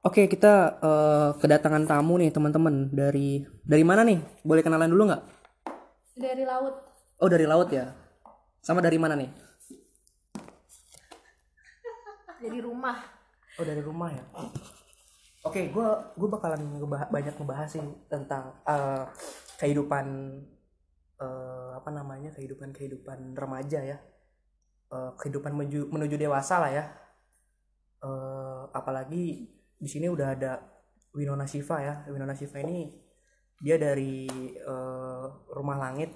Oke, kita kedatangan tamu nih teman-teman dari mana nih? Boleh kenalan dulu nggak? Dari laut. Oh, dari laut ya. Sama dari mana nih? Dari rumah. Oh, dari rumah ya. Oke, gue bakalan banyak ngebahas sih tentang kehidupan apa namanya kehidupan remaja ya. Kehidupan menuju dewasa lah ya. Apalagi di sini udah ada Winona Shiva ya. Winona Shiva ini dia dari Rumah Langit.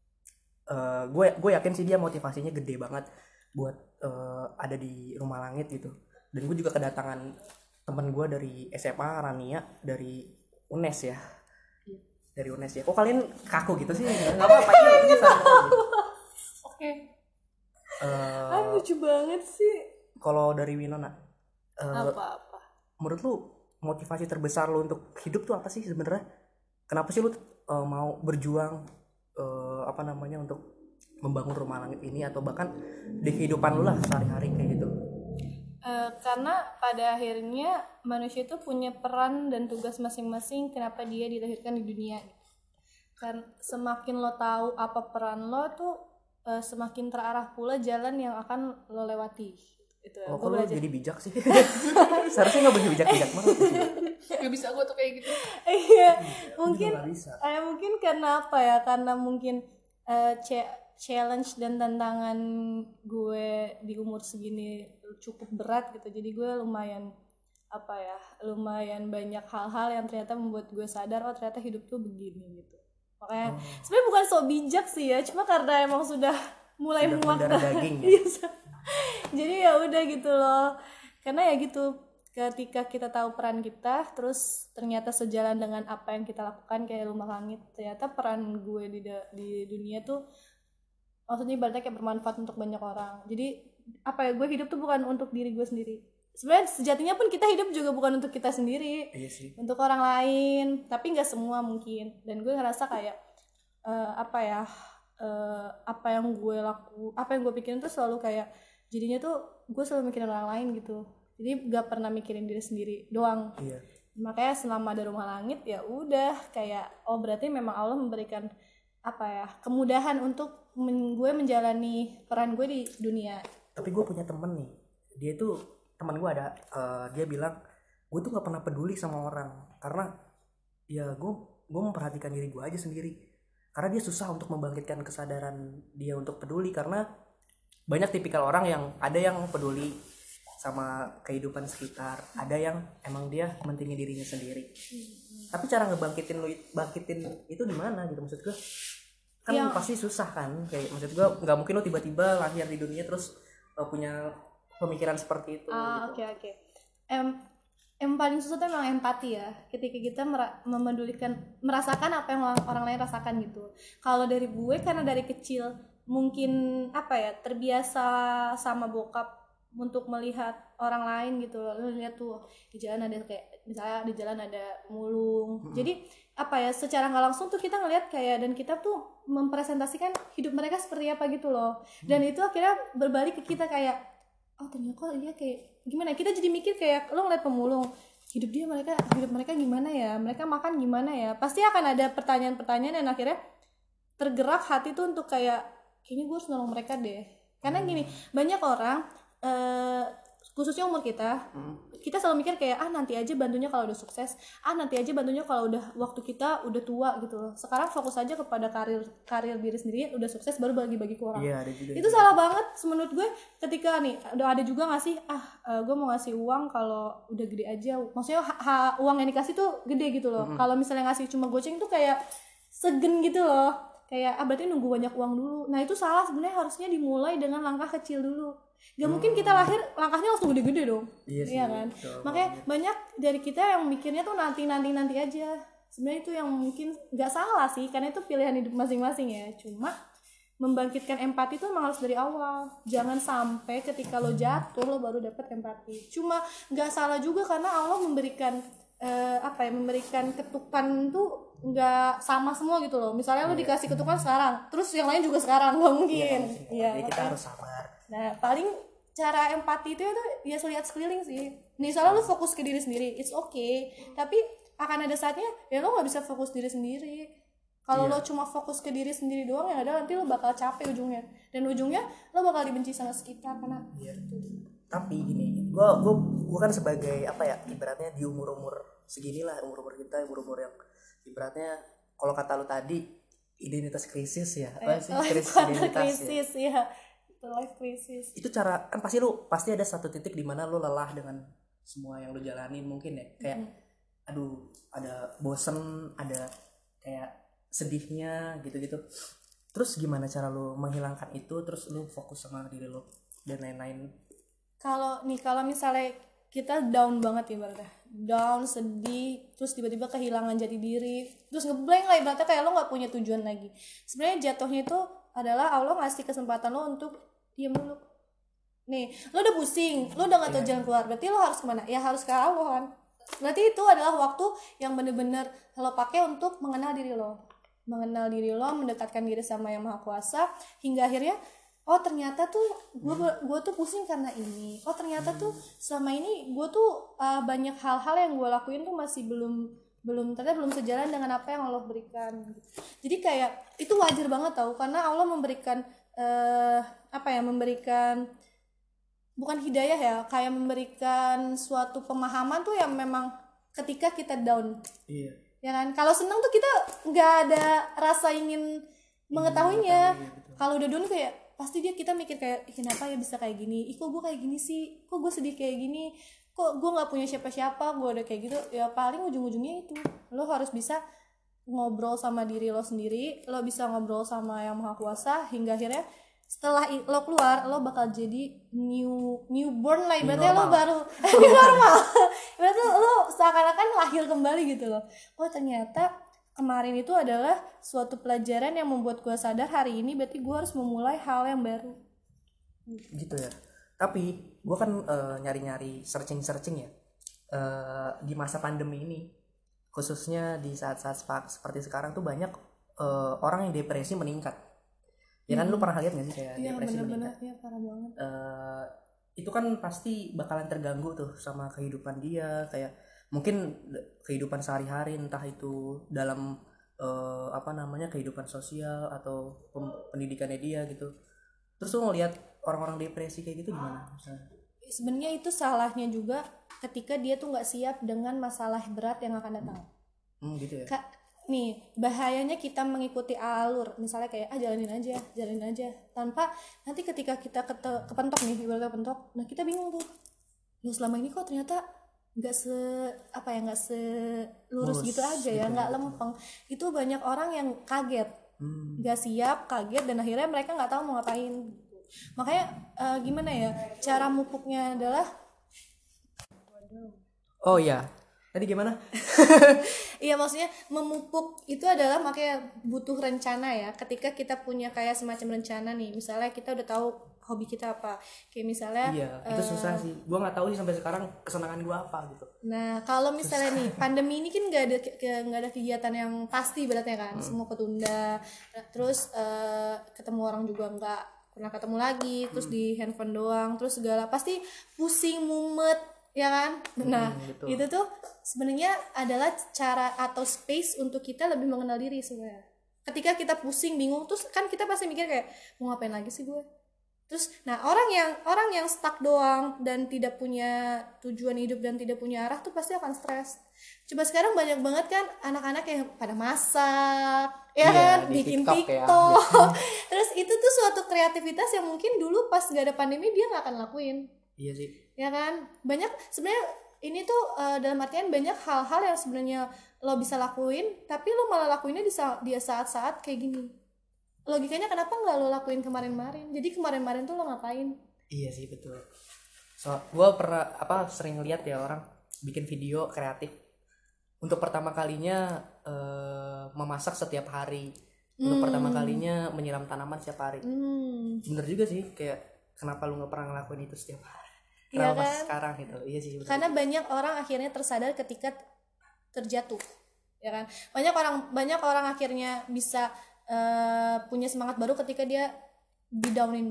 Gue yakin sih dia motivasinya gede banget buat ada di Rumah Langit gitu. Dan gue juga kedatangan temen gue dari SMA Rania dari UNES ya. Dari UNES ya. Kok kalian kaku gitu sih? Nggak apa-apa ini santai aja. Oke. Eh, Lucu banget sih. Kalau dari Winona, Apa-apa. menurut lu motivasi terbesar lu untuk hidup tuh apa sih sebenarnya? Kenapa sih lu mau berjuang apa namanya untuk membangun Rumah Langit ini atau bahkan di kehidupan lu lah sehari-hari kayak gitu? Karena pada akhirnya manusia itu punya peran dan tugas masing-masing kenapa dia dilahirkan di dunia. Kan semakin lo tahu apa peran lo tuh semakin terarah pula jalan yang akan lo lewati. Itu Oh, gue kok lu belajar. jadi bijak sih? Seharusnya nggak boleh bijak-bijak banget sih. Gak bisa gue tuh kayak gitu. Iya, Gua juga mungkin nggak bisa. mungkin karena apa ya? Karena mungkin challenge dan tantangan gue di umur segini cukup berat gitu. Jadi gue lumayan apa ya? Lumayan banyak hal-hal yang ternyata membuat gue sadar oh ternyata hidup tuh begini gitu. Makanya sebenarnya bukan sok bijak sih ya, cuma karena emang sudah mulai Sudah muak mendarah dah. daging ya. Iya, jadi ya udah gitu loh, karena ya gitu, ketika kita tahu peran kita terus ternyata sejalan dengan apa yang kita lakukan kayak Rumah Langit, ternyata peran gue di dunia tuh maksudnya ibaratnya kayak bermanfaat untuk banyak orang. Jadi apa ya, gue hidup tuh bukan untuk diri gue sendiri, sebenarnya sejatinya pun kita hidup juga bukan untuk kita sendiri, Iya sih. untuk orang lain, tapi nggak semua mungkin. Dan gue ngerasa kayak apa ya, apa yang gue pikirin tuh selalu kayak jadinya tuh gue selalu mikirin orang lain gitu, jadi gak pernah mikirin diri sendiri doang. Iya. Makanya selama ada Rumah Langit ya udah kayak oh berarti memang Allah memberikan apa ya, kemudahan untuk gue menjalani peran gue di dunia. Tapi gue punya temen nih, dia tuh teman gue ada, dia bilang gue tuh nggak pernah peduli sama orang karena ya gue memperhatikan diri gue aja sendiri. Karena dia susah untuk membangkitkan kesadaran dia untuk peduli karena banyak tipikal orang yang ada yang peduli sama kehidupan sekitar, ada yang emang dia mentingin dirinya sendiri. Tapi cara bangkitin itu di mana gitu maksud gue? Kan Yang pasti susah kan, kayak maksud gue nggak mungkin lo tiba-tiba lahir di dunia terus punya pemikiran seperti itu gitu. oke. Yang paling susah tuh emang empati ya, ketika kita memedulikan, merasakan apa yang orang lain rasakan gitu. Kalau dari gue karena dari kecil mungkin apa ya, terbiasa sama bokap untuk melihat orang lain gitu. Lu lihat tuh di jalan ada kayak misalnya di jalan ada pemulung. Jadi apa ya, secara nggak langsung tuh kita ngelihat kayak, dan kita tuh mempresentasikan hidup mereka seperti apa gitu loh. Dan itu akhirnya berbalik ke kita kayak oh ternyata dia kayak gimana, kita jadi mikir kayak lo ngeliat pemulung, hidup mereka gimana ya, mereka makan gimana ya, pasti akan ada pertanyaan-pertanyaan dan akhirnya tergerak hati tuh untuk kayak kayaknya gue harus nolong mereka deh. Karena gini, banyak orang khususnya umur kita selalu mikir kayak nanti aja bantunya kalau udah sukses, nanti aja bantunya kalau udah waktu kita udah tua gitu loh. Sekarang fokus aja kepada karir diri sendiri, udah sukses baru bagi-bagi ke orang. Iya, ada juga Itu salah banget menurut gue. Ketika nih udah ada juga ngasih gue mau ngasih uang kalau udah gede aja, maksudnya uang yang dikasih tuh gede gitu loh. Kalau misalnya ngasih cuma goceng tuh kayak segen gitu loh, kayak berarti nunggu banyak uang dulu. Nah itu salah sebenarnya, harusnya dimulai dengan langkah kecil dulu. Gak mungkin kita lahir langkahnya langsung gede-gede dong. Iya sih, Iya kan, betul. makanya banyak dari kita yang mikirnya tuh nanti aja. Sebenarnya itu yang mungkin nggak salah sih, karena itu pilihan hidup masing-masing ya. Cuma membangkitkan empati tuh emang harus dari awal. Jangan sampai ketika lo jatuh lo baru dapat empati. Cuma nggak salah juga karena Allah memberikan memberikan ketukan tuh nggak sama semua gitu loh. Misalnya lo dikasih ketukan sekarang, terus yang lain juga sekarang, nggak mungkin. Jadi kita harus sabar. Nah paling cara empati itu ya lihat sekeliling sih. nih soalnya lu fokus ke diri sendiri, it's okay, tapi akan ada saatnya ya lo nggak bisa fokus diri sendiri. Kalau lo cuma fokus ke diri sendiri doang, ya ada nanti lo bakal capek ujungnya, dan ujungnya lo bakal dibenci sama sekitar karena Tapi gini, gua kan sebagai apa ya, ibaratnya di umur segini lah, umur kita, umur yang ibaratnya kalau kata lu tadi identitas krisis ya, apa sih, krisis identitas krisis ya, life crisis. Itu cara kan pasti ada satu titik di mana lu lelah dengan semua yang lu jalanin mungkin ya, kayak aduh ada bosen, ada kayak sedihnya gitu-gitu. Terus gimana cara lu menghilangkan itu, terus lu fokus sama diri lu dan lain-lain? Kalau misalnya kita down banget ya, ibaratnya down, sedih, terus tiba-tiba kehilangan jati diri, terus ngeblank lah, ibaratnya kayak lo nggak punya tujuan lagi. Sebenarnya jatuhnya itu adalah Allah ngasih kesempatan lo untuk diam dulu. Nih, lo udah pusing, lo udah nggak tahu jalan keluar, berarti lo harus kemana? Ya harus ke Allah kan. Berarti itu adalah waktu yang bener-bener lo pakai untuk mengenal diri lo, mendekatkan diri sama Yang Maha Kuasa, hingga akhirnya oh ternyata tuh gue tuh pusing karena ini, oh ternyata tuh selama ini gue tuh banyak hal-hal yang gue lakuin tuh masih belum sejalan dengan apa yang Allah berikan. Jadi kayak itu wajar banget tau, karena Allah memberikan memberikan bukan hidayah ya, kayak memberikan suatu pemahaman tuh yang memang ketika kita down. Iya. Ya kan, kalau senang tuh kita nggak ada rasa ingin mengetahuinya. Kalau udah down kayak pasti kita mikir kayak kenapa ya bisa kayak gini, kok gue kayak gini sih, kok gue sedih kayak gini, kok gue nggak punya siapa-siapa, gue udah kayak gitu. Ya paling ujung-ujungnya itu lo harus bisa ngobrol sama diri lo sendiri, lo bisa ngobrol sama Yang Maha Kuasa, hingga akhirnya setelah lo keluar lo bakal jadi newborn lah, berarti lo baru new normal. Berarti lo seakan-akan lahir kembali gitu loh. Oh ternyata kemarin itu adalah suatu pelajaran yang membuat gue sadar hari ini berarti gue harus memulai hal yang baru. Gitu ya. Tapi gue kan nyari-nyari searching ya, di masa pandemi ini, khususnya di saat-saat seperti sekarang tuh banyak orang yang depresi meningkat. Ya kan, lu pernah lihat nggak sih kayak depresi meningkat? Iya parah banget. Itu kan pasti bakalan terganggu tuh sama kehidupan dia, kayak mungkin kehidupan sehari-hari, entah itu dalam kehidupan sosial atau pendidikannya dia gitu. Terus lu ngeliat orang-orang depresi kayak gitu gimana? Sebenarnya itu salahnya juga ketika dia tuh nggak siap dengan masalah berat yang akan datang. Gitu ya. Nih bahayanya kita mengikuti alur, misalnya kayak jalanin aja tanpa nanti ketika kita kepentok nih, ibaratnya kepentok, nah kita bingung tuh, lo selama ini kok ternyata nggak lurus gitu aja ya, nggak lempeng. Itu banyak orang yang kaget, nggak siap, kaget, dan akhirnya mereka nggak tahu mau ngapain. Makanya gimana ya, cara mupuknya adalah oh ya tadi gimana? Iya, maksudnya memupuk itu adalah makanya butuh rencana ya. Ketika kita punya kayak semacam rencana nih, misalnya kita udah tahu hobi kita apa, kayak misalnya itu susah sih, gue nggak tahu sih sampai sekarang kesenangan gue apa gitu. Nah kalau misalnya nih pandemi ini kan nggak ada kegiatan yang pasti beratnya kan, semua ketunda, terus ketemu orang juga nggak pernah ketemu lagi, terus di handphone doang, terus segala pasti pusing, mumet, ya kan. Nah itu tuh sebenarnya adalah cara atau space untuk kita lebih mengenal diri sebenarnya. Ketika kita pusing, bingung, terus kan kita pasti mikir kayak mau ngapain lagi sih gue. Terus nah orang yang stuck doang dan tidak punya tujuan hidup dan tidak punya arah tuh pasti akan stres. Coba sekarang banyak banget kan anak-anak yang pada masak, ya kan, bikin TikTok. Ya. Terus itu tuh suatu kreativitas yang mungkin dulu pas gak ada pandemi dia nggak akan lakuin. Iya sih. Ya kan, banyak sebenarnya ini tuh dalam artian banyak hal-hal yang sebenarnya lo bisa lakuin, tapi lo malah lakuinnya di saat-saat kayak gini. Logikanya kenapa nggak lo lakuin kemarin-kemarin? Jadi kemarin-kemarin tuh lo ngapain? Iya sih betul. So gue pernah sering lihat ya orang bikin video kreatif untuk pertama kalinya memasak setiap hari, untuk pertama kalinya menyiram tanaman setiap hari. Bener juga sih, kayak kenapa lu nggak pernah ngelakuin itu setiap hari? Kenapa kan? Sekarang gitu? Iya sih. Bener. Karena banyak orang akhirnya tersadar ketika terjatuh, ya kan? Banyak orang akhirnya bisa punya semangat baru ketika dia di downin dulu.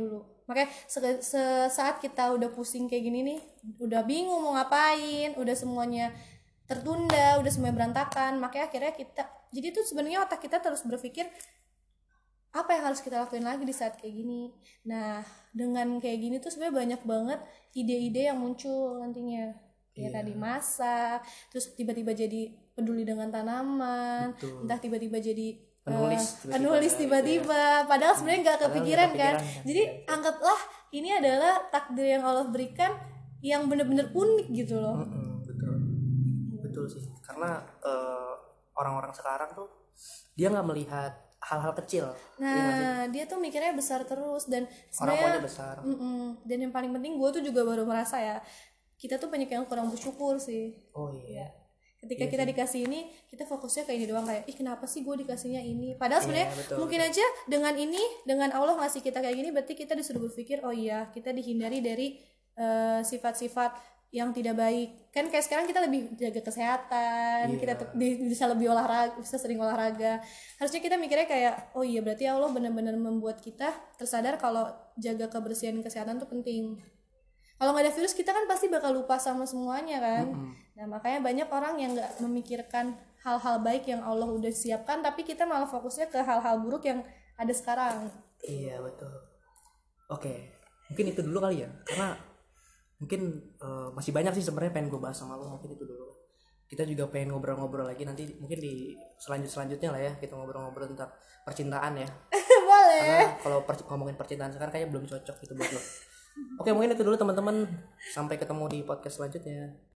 Makanya saat kita udah pusing kayak gini nih, udah bingung mau ngapain, udah semuanya tertunda, udah semuanya berantakan, makanya akhirnya kita, jadi tuh sebenarnya otak kita terus berpikir apa yang harus kita lakuin lagi di saat kayak gini. Nah, dengan kayak gini tuh sebenarnya banyak banget ide-ide yang muncul nantinya. Ya tadi masak, terus tiba-tiba jadi peduli dengan tanaman, Betul. entah tiba-tiba jadi penulis tiba-tiba. Padahal sebenarnya nggak Padahal kepikiran nggak kan. kepikiran, Jadi anggaplah ini adalah takdir yang Allah berikan yang bener-bener unik gitu loh. Betul, betul sih. Karena orang-orang sekarang tuh dia nggak melihat hal-hal kecil. Nah, dia tuh mikirnya besar terus dan Orang sebenarnya maunya besar. dan yang paling penting gue tuh juga baru merasa ya, kita tuh banyak yang kurang bersyukur sih. Oh iya. Ketika kita dikasih ini, kita fokusnya kayak ini doang, kayak ih kenapa sih gue dikasihnya ini, padahal sebenarnya mungkin aja dengan ini, dengan Allah ngasih kita kayak gini, berarti kita disuruh berpikir oh iya kita dihindari dari sifat-sifat yang tidak baik. Kan kayak sekarang kita lebih jaga kesehatan, kita bisa lebih olahraga, bisa sering olahraga. Harusnya kita mikirnya kayak oh iya berarti Allah benar-benar membuat kita tersadar kalau jaga kebersihan kesehatan tuh penting. Kalau nggak ada virus kita kan pasti bakal lupa sama semuanya kan. Nah makanya banyak orang yang nggak memikirkan hal-hal baik yang Allah udah siapkan, tapi kita malah fokusnya ke hal-hal buruk yang ada sekarang. Iya betul. Oke, mungkin itu dulu kali ya, karena mungkin masih banyak sih sebenarnya pengen gue bahas sama lo. Mungkin itu dulu. Kita juga pengen ngobrol-ngobrol lagi nanti mungkin di selanjutnya lah ya, kita ngobrol-ngobrol tentang percintaan ya. Boleh. Karena kalau ngomongin percintaan sekarang kayaknya belum cocok gitu buat lo. Oke, mungkin itu dulu teman-teman. Sampai ketemu di podcast selanjutnya.